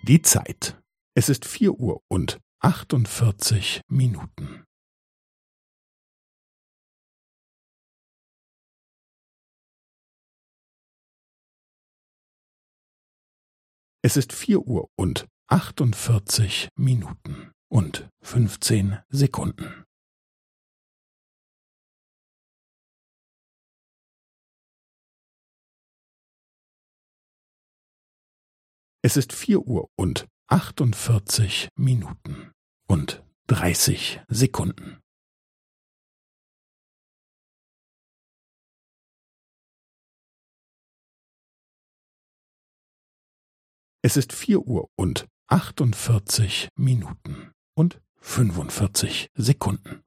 Die Zeit. Es ist 4:48 Minuten. Es ist 4:48 Minuten und 15 Sekunden. Es ist 4:48 Minuten und 30 Sekunden. Es ist 4:48 Minuten und 45 Sekunden.